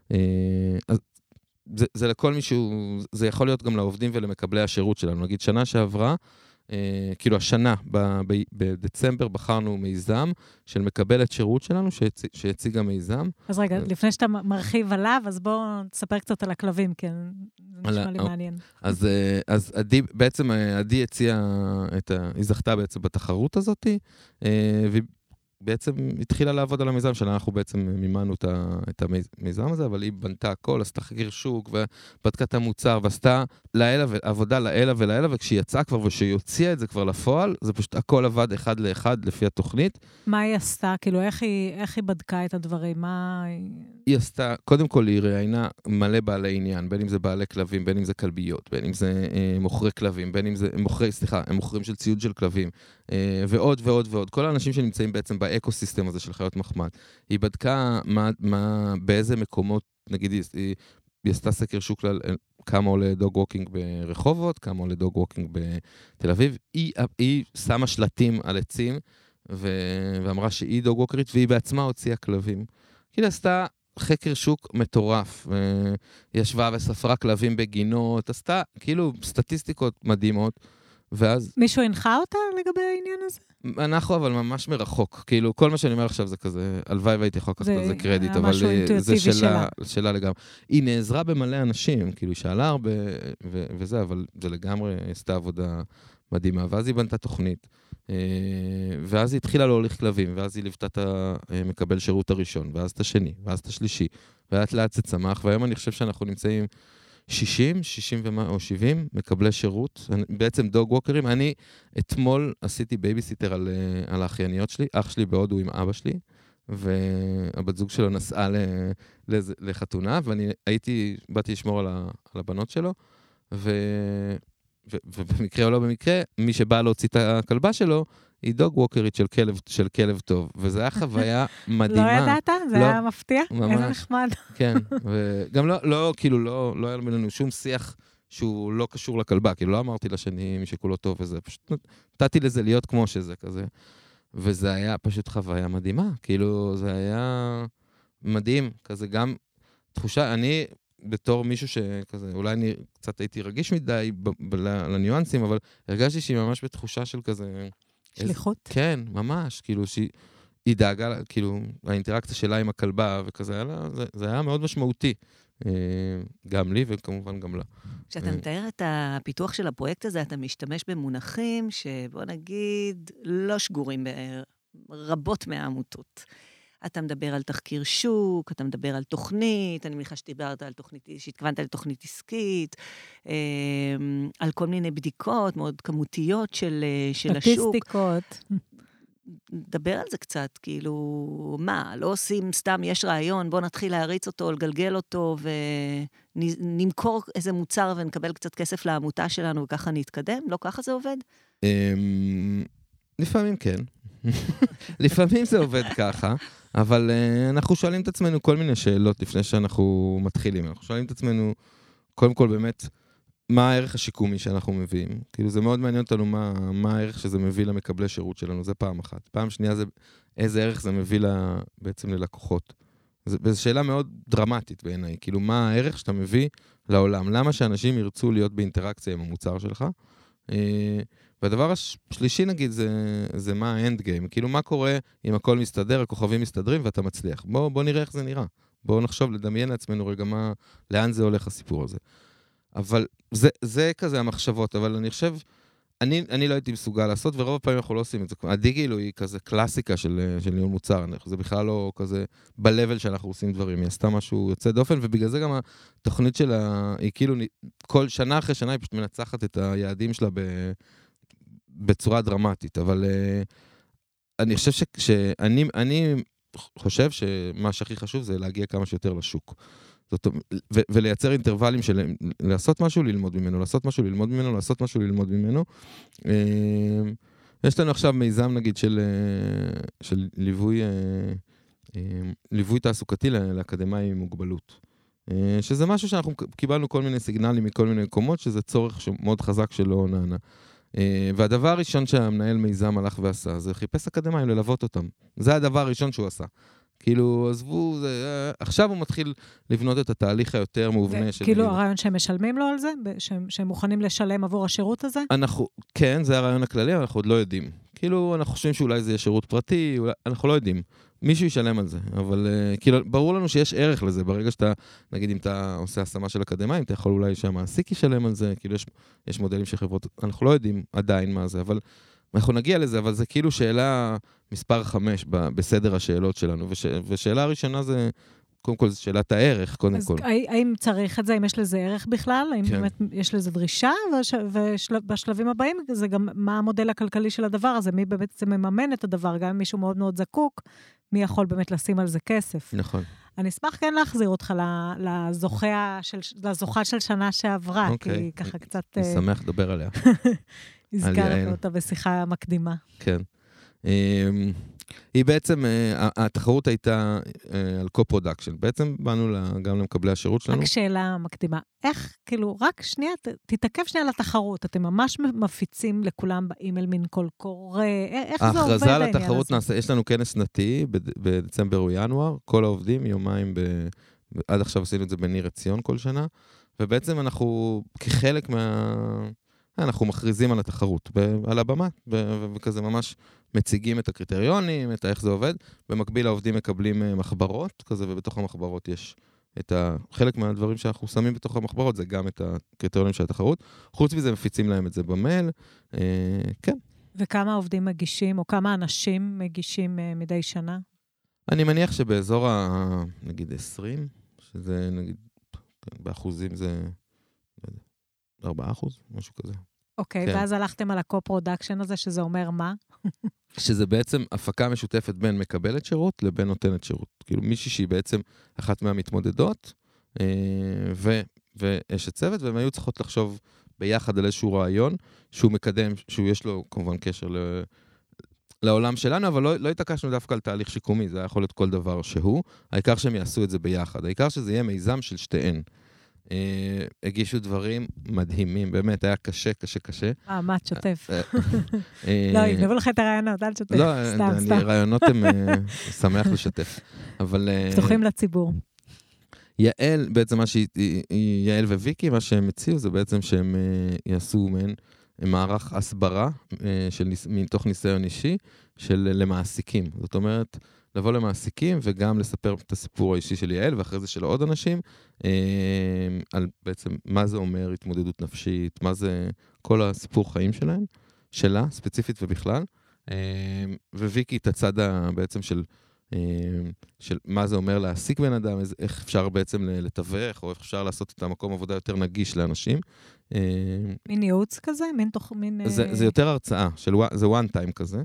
אז זה לכל מישהו, זה יכול להיות גם לעובדים ולמקבלי השירות שלנו. נגיד שנה שעברה, כאילו השנה, בדצמבר בחרנו מיזם של מקבלת שירות שלנו, שהציגה מיזם. אז רגע, לפני שאתה מרחיב עליו, אז בואו תספר קצת על הכלבים, כי זה נשמע לי מעניין. אז עדי, בעצם עדי הציעה, היא זכתה בעצם בתחרות הזאת, בעצם התחילה לעבוד על המיזם שלה, אנחנו בעצם מימנו את המיזם הזה, אבל היא בנתה הכל, עשתה חקר שוק, ובדקה את המוצר, ועשתה עבודה לאלה ולאלה, וכשהיא יצאה כבר, וכשהיא הוציאה את זה כבר לפועל, זה פשוט הכל עבד אחד לאחד לפי התוכנית. מה היא עשתה? כאילו, איך היא בדקה את הדברים? היא עשתה, קודם כל היא ראיינה מלא בעלי עניין, בין אם זה בעלי כלבים, בין אם זה כלביות, בין אם זה מוכרי כלבים, בין אם זה מוכרים של ציוד של כלבים, ועוד ועוד ועוד. כל האנשים שנמצאים בעצם באקוסיסטם הזה של חיות מחמד. היא בדקה באיזה מקומות, נגיד, היא עשתה סקר שוק כמה עולה דוג ווקינג ברחובות, כמה עולה דוג ווקינג בתל אביב. היא שמה שלטים על עצים, ואמרה שהיא דוג ווקרית, והיא בעצמה הוציאה כלבים. כאילו עשתה חקר שוק מטורף, ישבה וספרה כלבים בגינות, עשתה כאילו סטטיסטיקות מדהימות, ואז... מישהו הנחה אותה לגבי העניין הזה? אנחנו אבל ממש מרחוק, כאילו כל מה שאני אומר עכשיו זה כזה, הלוואי והייתי יכול לקחת על זה קרדיט, אבל זה שאלה לגמרי. היא נעזרה במלא אנשים, כאילו היא שאלה הרבה וזה, אבל זה לגמרי עשתה עבודה מדהימה, ואז היא בנתה תוכנית, ואז היא התחילה להוליך כלבים, ואז היא ליוותה את המקבל שירות הראשון, ואז את השני, ואז את השלישי, ולאט לאט זה צמח, והיום אני חושב שאנחנו נמצאים 60 או 70 מקבלי שירות, בעצם דוג ווקרים. אני אתמול עשיתי בייביסיטר על האחייניות שלי, אח שלי בהודו עם אבא שלי, והבת זוג שלו נסעה לחתונה, ואני באתי לשמור על הבנות שלו, ובמקרה או לא במקרה, מי שבא להוציא את הכלבה שלו, היא דוג ווקרית של כלב טוב, וזו הייתה חוויה מדהימה. לא ידעת? זה היה מפתיע? איזה נחמד. כן, וגם לא, כאילו, לא היה לנו שום שיח שהוא לא קשור לכלבה, כאילו לא אמרתי לשני מי שכולו טוב וזה, פשוט נתתי לזה להיות כמו שזה כזה, וזה היה פשוט חוויה מדהימה, כאילו זה היה מדהים, כזה גם תחושה, אני בתור מישהו שכזה, אולי אני קצת הייתי רגיש מדי לניואנסים, אבל הרגשתי שהיא ממש בתחושה של כזה... שליחות? כן, ממש, כאילו שהיא דאגה, כאילו האינטראקציה שלה עם הכלבה וכזה, זה היה מאוד משמעותי, גם לי וכמובן גם לה. כשאתה מתאר את הפיתוח של הפרויקט הזה, אתה משתמש במונחים שבוא נגיד לא שגורים ברבות מהעמותות. אתה מדבר על תחקיר שוק, אתה מדבר על תוכנית, אני מניחה שדיברת על תוכנית, שהתכוונת לתוכנית עסקית, על כל מיני בדיקות מאוד כמותיות של השוק. סטטיסטיקות. דבר על זה קצת, כאילו, מה, לא עושים סתם, יש רעיון, בוא נתחיל להריץ אותו, לגלגל אותו, ונמכור איזה מוצר ונקבל קצת כסף לעמותה שלנו, וככה נתקדם? לא ככה זה עובד? לפעמים כן. לפעמים זה עובד ככה, אבל אנחנו שואלים את עצמנו כל מיני שאלות לפני שאנחנו מתחילים. אנחנו שואלים את עצמנו, קודם כל באמת, מה הערך השיקומי שאנחנו מביאים? כאילו זה מאוד מעניין אותנו מה הערך שזה מביא למקבלי שירות שלנו, זה פעם אחת. פעם שנייה זה איזה ערך זה מביא בעצם ללקוחות. וזו שאלה מאוד דרמטית בעיניי, כאילו מה הערך שאתה מביא לעולם? למה שאנשים ירצו להיות באינטראקציה עם המוצר שלך? והדבר השלישי נגיד זה מה האנד גיים, כאילו מה קורה אם הכל מסתדר, הכוכבים מסתדרים ואתה מצליח. בוא נראה איך זה נראה. בוא נחשוב, לדמיין לעצמנו רגע לאן זה הולך הסיפור הזה. אבל זה כזה המחשבות, אבל אני חושב, אני לא הייתי מסוגל לעשות, ורוב הפעמים אנחנו לא עושים את זה. הדיגילו היא כזה קלאסיקה של ניהול מוצר, זה בכלל לא כזה בלבל שאנחנו עושים דברים, היא עשתה משהו יוצא דופן, ובגלל זה גם התוכנית שלה, היא כאילו, כל שנה אחרי שנה היא פשוט מנצחת את היעדים שלה בצורה דרמטית, אבל אני חושב שמה שהכי חשוב זה להגיע כמה שיותר לשוק. ולייצר אינטרוולים של לעשות משהו, ללמוד ממנו, לעשות משהו, ללמוד ממנו, לעשות משהו, ללמוד ממנו. יש לנו עכשיו מיזם, נגיד, של ליווי תעסוקתי לאקדמאים עם מוגבלות. שזה משהו שאנחנו קיבלנו כל מיני סיגנלים מכל מיני מקומות, שזה צורך מאוד חזק שלא נענה. והדבר הראשון שהמנהל מיזם הלך ועשה, זה חיפש אקדמאים ללוות אותם. זה הדבר הראשון שהוא עשה. כאילו, עזבו, עכשיו הוא מתחיל לבנות את התהליך היותר מובנה של... כאילו, הרעיון שהם משלמים לו על זה? שהם מוכנים לשלם עבור השירות הזה? כן, זה הרעיון הכללי, אבל אנחנו עוד לא יודעים. כאילו, אנחנו חושבים שאולי זה יהיה שירות פרטי, אנחנו לא יודעים. מישהו ישלם על זה, אבל כאילו, ברור לנו שיש ערך לזה, ברגע שאתה, נגיד, אם אתה עושה השמה של אקדמאים, אתה יכול אולי שהמעסיק ישלם על זה, כאילו, יש מודלים של חברות, אנחנו לא יודעים עדיין מה זה, אבל אנחנו נגיע לזה, אבל זה כאילו שאלה מספר 5 בסדר השאלות שלנו, ושאלה הראשונה זה, קודם כל, זו שאלת הערך, קודם כל. אז האם צריך את זה, האם יש לזה ערך בכלל? האם באמת יש לזה דרישה? ובשלבים הבאים זה גם מה המודל הכלכלי של הדבר הזה, מי באמת זה מממן את הדבר, גם אם מישהו מאוד מאוד זקוק, מי יכול באמת לשים על זה כסף. נכון. אני אשמח כן להחזיר אותך לזוכה של שנה שעברה, כי ככה קצת... אני שמח לדבר עליה. הזכרת אותה בשיחה מקדימה. כן. היא בעצם, התחרות הייתה על קו-פרודקשן. בעצם באנו גם למקבלי השירות שלנו. רק שאלה מקדימה. איך, כאילו, רק שנייה, תתעכב שנייה לתחרות. אתם ממש מפיצים לכולם באימייל מין קול קורא. איך זה עובד העניין הזה? ההכרזה לתחרות נעשה, יש לנו כנס שנתי בדצמבר או ינואר. כל העובדים יומיים עד עכשיו עשינו את זה בניר עציון כל שנה. ובעצם אנחנו, כחלק אנחנו מכריזים על התחרות, על הבמה, וכזה ממש מציגים את הקריטריונים, את איך זה עובד. במקביל העובדים מקבלים מחברות, כזה, ובתוך המחברות יש חלק מהדברים שאנחנו שמים בתוך המחברות, זה גם את הקריטריונים של התחרות. חוץ מזה מפיצים להם את זה במייל, כן. וכמה עובדים מגישים, או כמה אנשים מגישים מדי שנה? אני מניח שבאזור נגיד 20, שזה נגיד, באחוזים זה 4%, משהו כזה. אוקיי, ואז הלכתם על הקו-פרודקשן הזה, שזה אומר מה? שזה בעצם הפקה משותפת בין מקבלת שירות לבין נותנת שירות. כאילו מישהי שהיא בעצם אחת מהמתמודדות, ויש את צוות, והן היו צריכות לחשוב ביחד על איזשהו רעיון, שהוא מקדם, שהוא יש לו כמובן קשר לעולם שלנו, אבל לא התעקשנו דווקא על תהליך שיקומי, זה היה יכול להיות כל דבר שהוא, העיקר שהם יעשו את זה ביחד, העיקר שזה יהיה מיזם של שתיהן. הגישו דברים מדהימים, באמת, היה קשה. מה, תשתף. לא, יגנבו לך את הרעיונות, אל תשתף. לא, רעיונות הם שמח לשתף. פתוחים לציבור. יעל, בעצם יעל וויקי, מה שהם הציעו, זה בעצם שהם יעשו מערך הסברה, מתוך ניסיון אישי, למעסיקים. זאת אומרת, לבוא למעסיקים וגם לספר את הסיפור האישי של יעל, ואחרי זה של עוד אנשים, על בעצם מה זה אומר התמודדות נפשית, מה זה כל הסיפור חיים שלהם, שלה, ספציפית ובכלל. וויקי את הצד בעצם של מה זה אומר להעסיק בן אדם, איך אפשר בעצם לתווך, או איך אפשר לעשות את המקום עבודה יותר נגיש לאנשים. מין ייעוץ כזה? זה יותר הרצאה, זה one time כזה.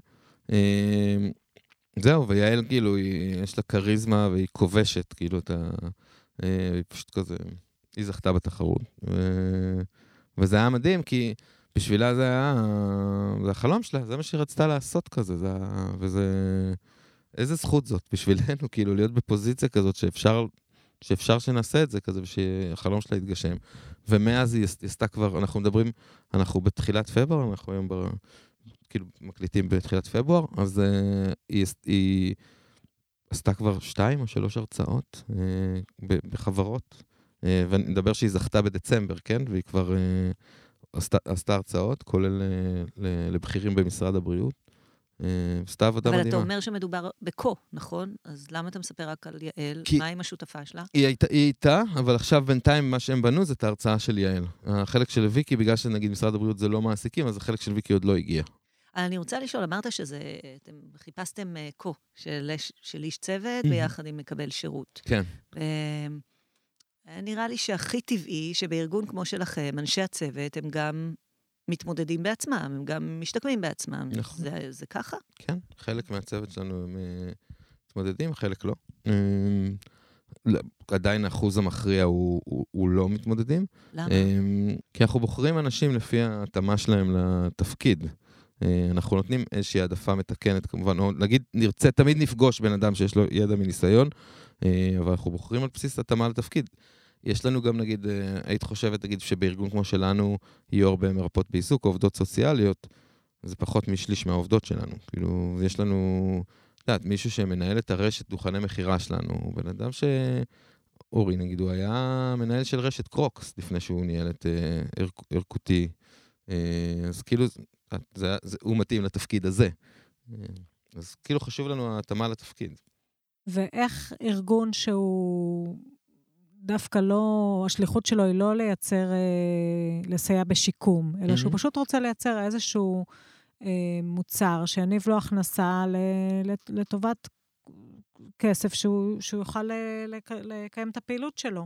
זהו, ויעל כאילו, יש לה קריזמה והיא כובשת, כאילו, היא פשוט כזה, היא זכתה בתחרות. וזה היה מדהים, כי בשבילה זה היה החלום שלה, זה מה שהיא רצתה לעשות כזה, וזה, איזה זכות זאת בשבילנו, כאילו, להיות בפוזיציה כזאת שאפשר שנעשה את זה כזה, ושהחלום שלה יתגשם. ומאז היא עשתה כבר, אנחנו בתחילת פברואר, אנחנו היום כאילו מקליטים בתחילת פברואר, אז היא עשתה כבר 2 או 3 הרצאות בחברות, ונדבר שהיא זכתה בדצמבר, כן? והיא כבר עשתה הרצאות, כולל לבכירים במשרד הבריאות. עשתה עבודה מדהימה. אבל אתה אומר שמדובר בקו, נכון? אז למה אתה מספר רק על יעל? מה עם השותפה שלה? היא הייתה, אבל עכשיו בינתיים מה שהם בנו זה את ההרצאה של יעל. החלק של ויקי, בגלל שנגיד משרד הבריאות זה לא מעסיקים, אז החלק של ויקי עוד לא הגיע. אני רוצה לשאול, אמרת שאתם חיפשתם קו של איש צוות ביחד עם מקבל שירות. כן. נראה לי שהכי טבעי שבארגון כמו שלכם, אנשי הצוות, הם גם מתמודדים בעצמם, הם גם משתקמים בעצמם. נכון. זה ככה? כן, חלק מהצוות שלנו הם מתמודדים, חלק לא. עדיין האחוז המכריע הוא לא מתמודדים. למה? כי אנחנו בוחרים אנשים לפי ההתאמה שלהם לתפקיד. אנחנו נותנים איזושהי העדפה מתקנת, כמובן, או נגיד, נרצה, תמיד נפגוש בן אדם שיש לו ידע מניסיון, אבל אנחנו בוחרים על בסיס התאמה לתפקיד. יש לנו גם, נגיד, היית חושבת, נגיד, שבארגון כמו שלנו, יהיו הרבה מרפאות בעיסוק, עובדות סוציאליות, זה פחות משליש מהעובדות שלנו. כאילו, יש לנו, יודעת, מישהו שמנהל את הרשת דוכני מחירה שלנו, בן אדם אורי, נגיד, הוא היה מנהל של רשת קרוקס, לפני שהוא ניהל את ערכותי. אז כאילו, הוא מתאים לתפקיד הזה. אז כאילו חשוב לנו ההתאמה לתפקיד. ואיך ארגון שהוא דווקא לא, השליחות שלו היא לא לייצר, לסייע בשיקום, אלא שהוא פשוט רוצה לייצר איזשהו מוצר שיניב לו הכנסה לטובת כסף שהוא יוכל לקיים את הפעילות שלו.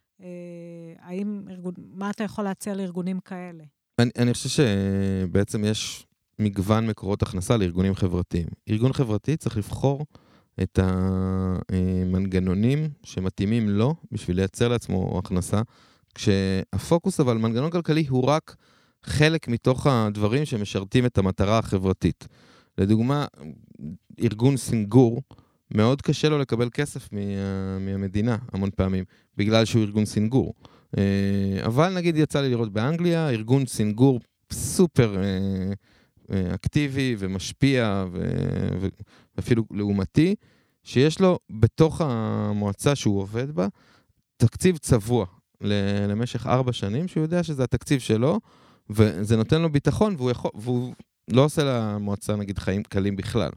מה אתה יכול להציע לארגונים כאלה? אני חושב שבעצם יש מגוון מקורות הכנסה לארגונים חברתיים. ארגון חברתי צריך לבחור את המנגנונים שמתאימים לו בשביל לייצר לעצמו הכנסה, כשהפוקוס אבל מנגנון כלכלי הוא רק חלק מתוך הדברים שמשרתים את המטרה החברתית. לדוגמה, ארגון סינגור, מאוד קשה לו לקבל כסף מהמדינה המון פעמים, בגלל שהוא ארגון סינגור. אבל נגיד יצא לי לראות באנגליה, ארגון סינגור סופר אקטיבי ומשפיע ואפילו לעומתי, שיש לו בתוך המועצה שהוא עובד בה, תקציב צבוע למשך 4 שנים, שהוא יודע שזה התקציב שלו, וזה נותן לו ביטחון, והוא לא עושה למועצה, נגיד, חיים קלים בכלל.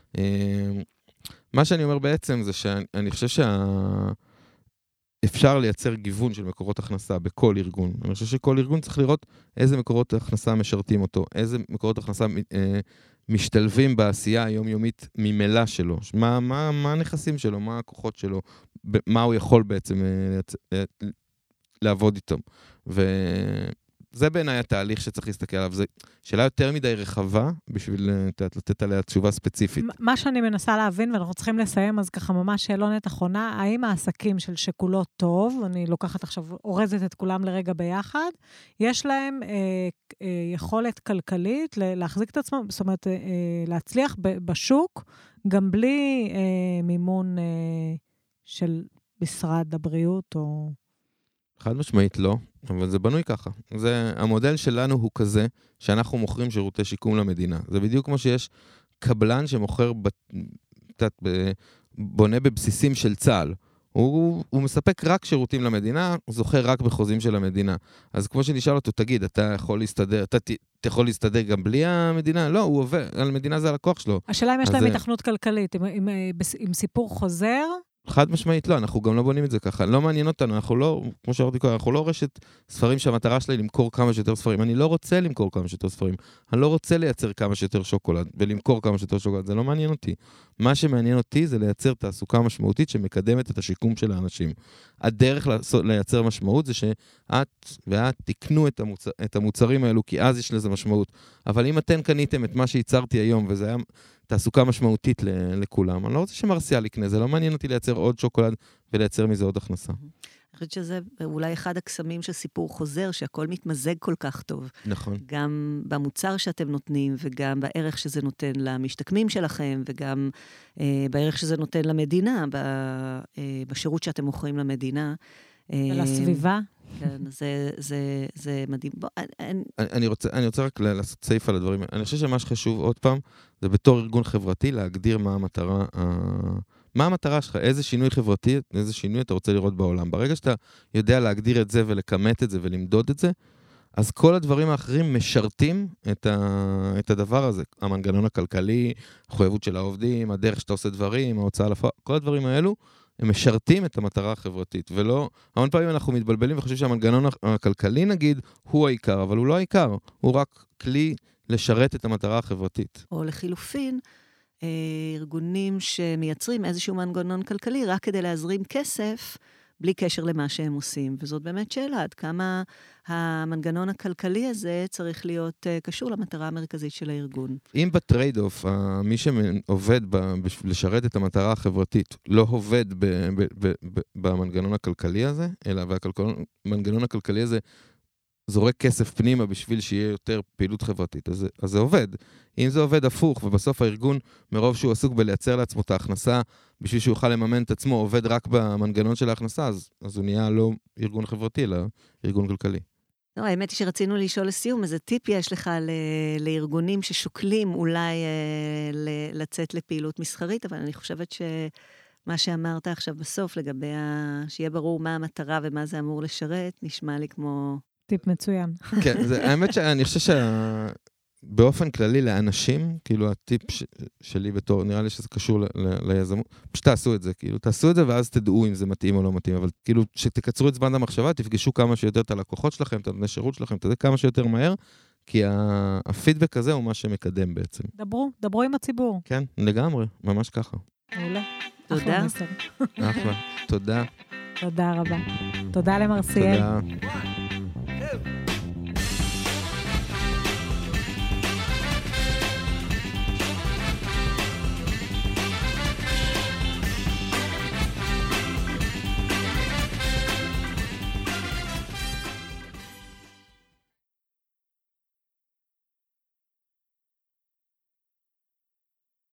מה שאני אומר בעצם זה שאני חושב אפשר לייצר גיוון של מקורות הכנסה בכל ארגון. אני חושב שכל ארגון צריך לראות איזה מקורות הכנסה משרתים אותו, איזה מקורות הכנסה משתלבים בעשייה היומיומית ממילא שלו, מה הנכסים שלו, מה הכוחות שלו, מה הוא יכול בעצם לעבוד איתם. וזה בעיניי התהליך שצריך להסתכל עליו. זו שאלה יותר מדי רחבה בשביל לתת עליה תשובה ספציפית. מה שאני מנסה להבין, ואנחנו צריכים לסיים, אז ככה ממש שאלונת אחרונה, האם העסקים של שכולות טוב, אני לוקחת עכשיו, אורזת את כולם לרגע ביחד, יש להם יכולת כלכלית להחזיק את עצמם, זאת אומרת, להצליח בשוק, גם בלי מימון של משרד הבריאות או... חד משמעית לא, אבל זה בנוי ככה. המודל שלנו הוא כזה, שאנחנו מוכרים שירותי שיקום למדינה. זה בדיוק כמו שיש קבלן שמוכר, בונה בבסיסים של צה"ל. הוא מספק רק שירותים למדינה, הוא זוכר רק בחוזים של המדינה. אז כמו שנשאל אותו, תגיד, אתה יכול להסתדר גם בלי המדינה? לא, הוא עובד, המדינה זה הלקוח שלו. השאלה אם יש להם התכנות כלכלית, עם סיפור חוזר... חד משמעית לא, אנחנו גם לא בונים את זה ככה, לא מעניין אותנו, אנחנו לא, כמו שאמרתי קודם, אנחנו לא רשת ספרים שהמטרה שלה היא למכור כמה שיותר ספרים, אני לא רוצה למכור כמה שיותר ספרים, אני לא רוצה לייצר כמה שיותר שוקולד, ולמכור כמה שיותר שוקולד, זה לא מעניין אותי. מה שמעניין אותי זה לייצר תעסוקה משמעותית שמקדמת את השיקום של האנשים. הדרך לייצר משמעות זה שאת ואת תקנו את המוצרים האלו, כי אז יש לזה משמעות. אבל אם אתן קניתם את מה שייצרתי היום, וזה היה תעסוקה משמעותית לכולם, אני לא רוצה שמרסיאל יקנה, זה לא מעניין אותי לייצר עוד שוקולד ולייצר מזה עוד הכנסה. אני חושבת שזה אולי אחד הקסמים של סיפור חוזר, שהכל מתמזג כל כך טוב. נכון. גם במוצר שאתם נותנים, וגם בערך שזה נותן למשתקמים שלכם, וגם בערך שזה נותן למדינה, בשירות שאתם מוכרים למדינה. ולסביבה. כן, זה מדהים. אני רוצה רק לעשות סייף על הדברים. אני חושב שמה שחשוב עוד פעם, זה בתור ארגון חברתי להגדיר מה המטרה שלך, איזה שינוי חברתי, איזה שינוי אתה רוצה לראות בעולם. ברגע שאתה יודע להגדיר את זה ולכמת את זה ולמדוד את זה, אז כל הדברים האחרים משרתים את הדבר הזה. המנגנון הכלכלי, החויבות של העובדים, הדרך שאתה עושה דברים, ההוצאה לפועל, כל הדברים האלו, הם משרתים את המטרה החברתית, ולא, המון פעמים אנחנו מתבלבלים וחושבים שהמנגנון הכלכלי נגיד, הוא העיקר, אבל הוא לא העיקר, הוא רק כלי לשרת את המטרה החברתית. או לחילופין, ארגונים שמייצרים איזשהו מנגנון כלכלי, רק כדי להזרים כסף, בלי קשר למה שהם עושים. וזאת באמת שאלה, עד כמה המנגנון הכלכלי הזה צריך להיות קשור למטרה המרכזית של הארגון. אם בטרייד אוף, מי שעובד לשרת את המטרה החברתית, לא עובד במנגנון הכלכלי הזה, אלא המנגנון הכלכלי הזה זורק כסף פנימה בשביל שיהיה יותר פעילות חברתית, אז זה עובד. אם זה עובד הפוך, ובסוף הארגון, מרוב שהוא עסוק בלייצר לעצמו את ההכנסה, בשביל שהוא יוכל לממן את עצמו, עובד רק במנגנון של ההכנסה, אז הוא נהיה לא ארגון חברתי, אלא ארגון כלכלי. לא, האמת היא שרצינו לשאול לסיום, איזה טיפ יש לך לארגונים ששוקלים אולי לצאת לפעילות מסחרית, אבל אני חושבת שמה שאמרת עכשיו בסוף, לגבי שיהיה ברור מה המטרה ומה זה אמור לשרת, נשמע לי כמו... טיפ מצוין. כן, האמת שאני חושב שבאופן כללי לאנשים, כאילו הטיפ שלי בתור, נראה לי שזה קשור ליזמות, פשוט תעשו את זה, כאילו תעשו את זה ואז תדעו אם זה מתאים או לא מתאים, אבל כאילו שתקצרו את זמן המחשבה, תפגשו כמה שיותר את הלקוחות שלכם, את הנותני שירות שלכם, תדעו כמה שיותר מהר, כי הפידבק הזה הוא מה שמקדם בעצם. דברו עם הציבור. כן, לגמרי, ממש ככה. מעולה. תודה. אחלה, תודה. תודה רבה. תודה למרסיאל. תודה.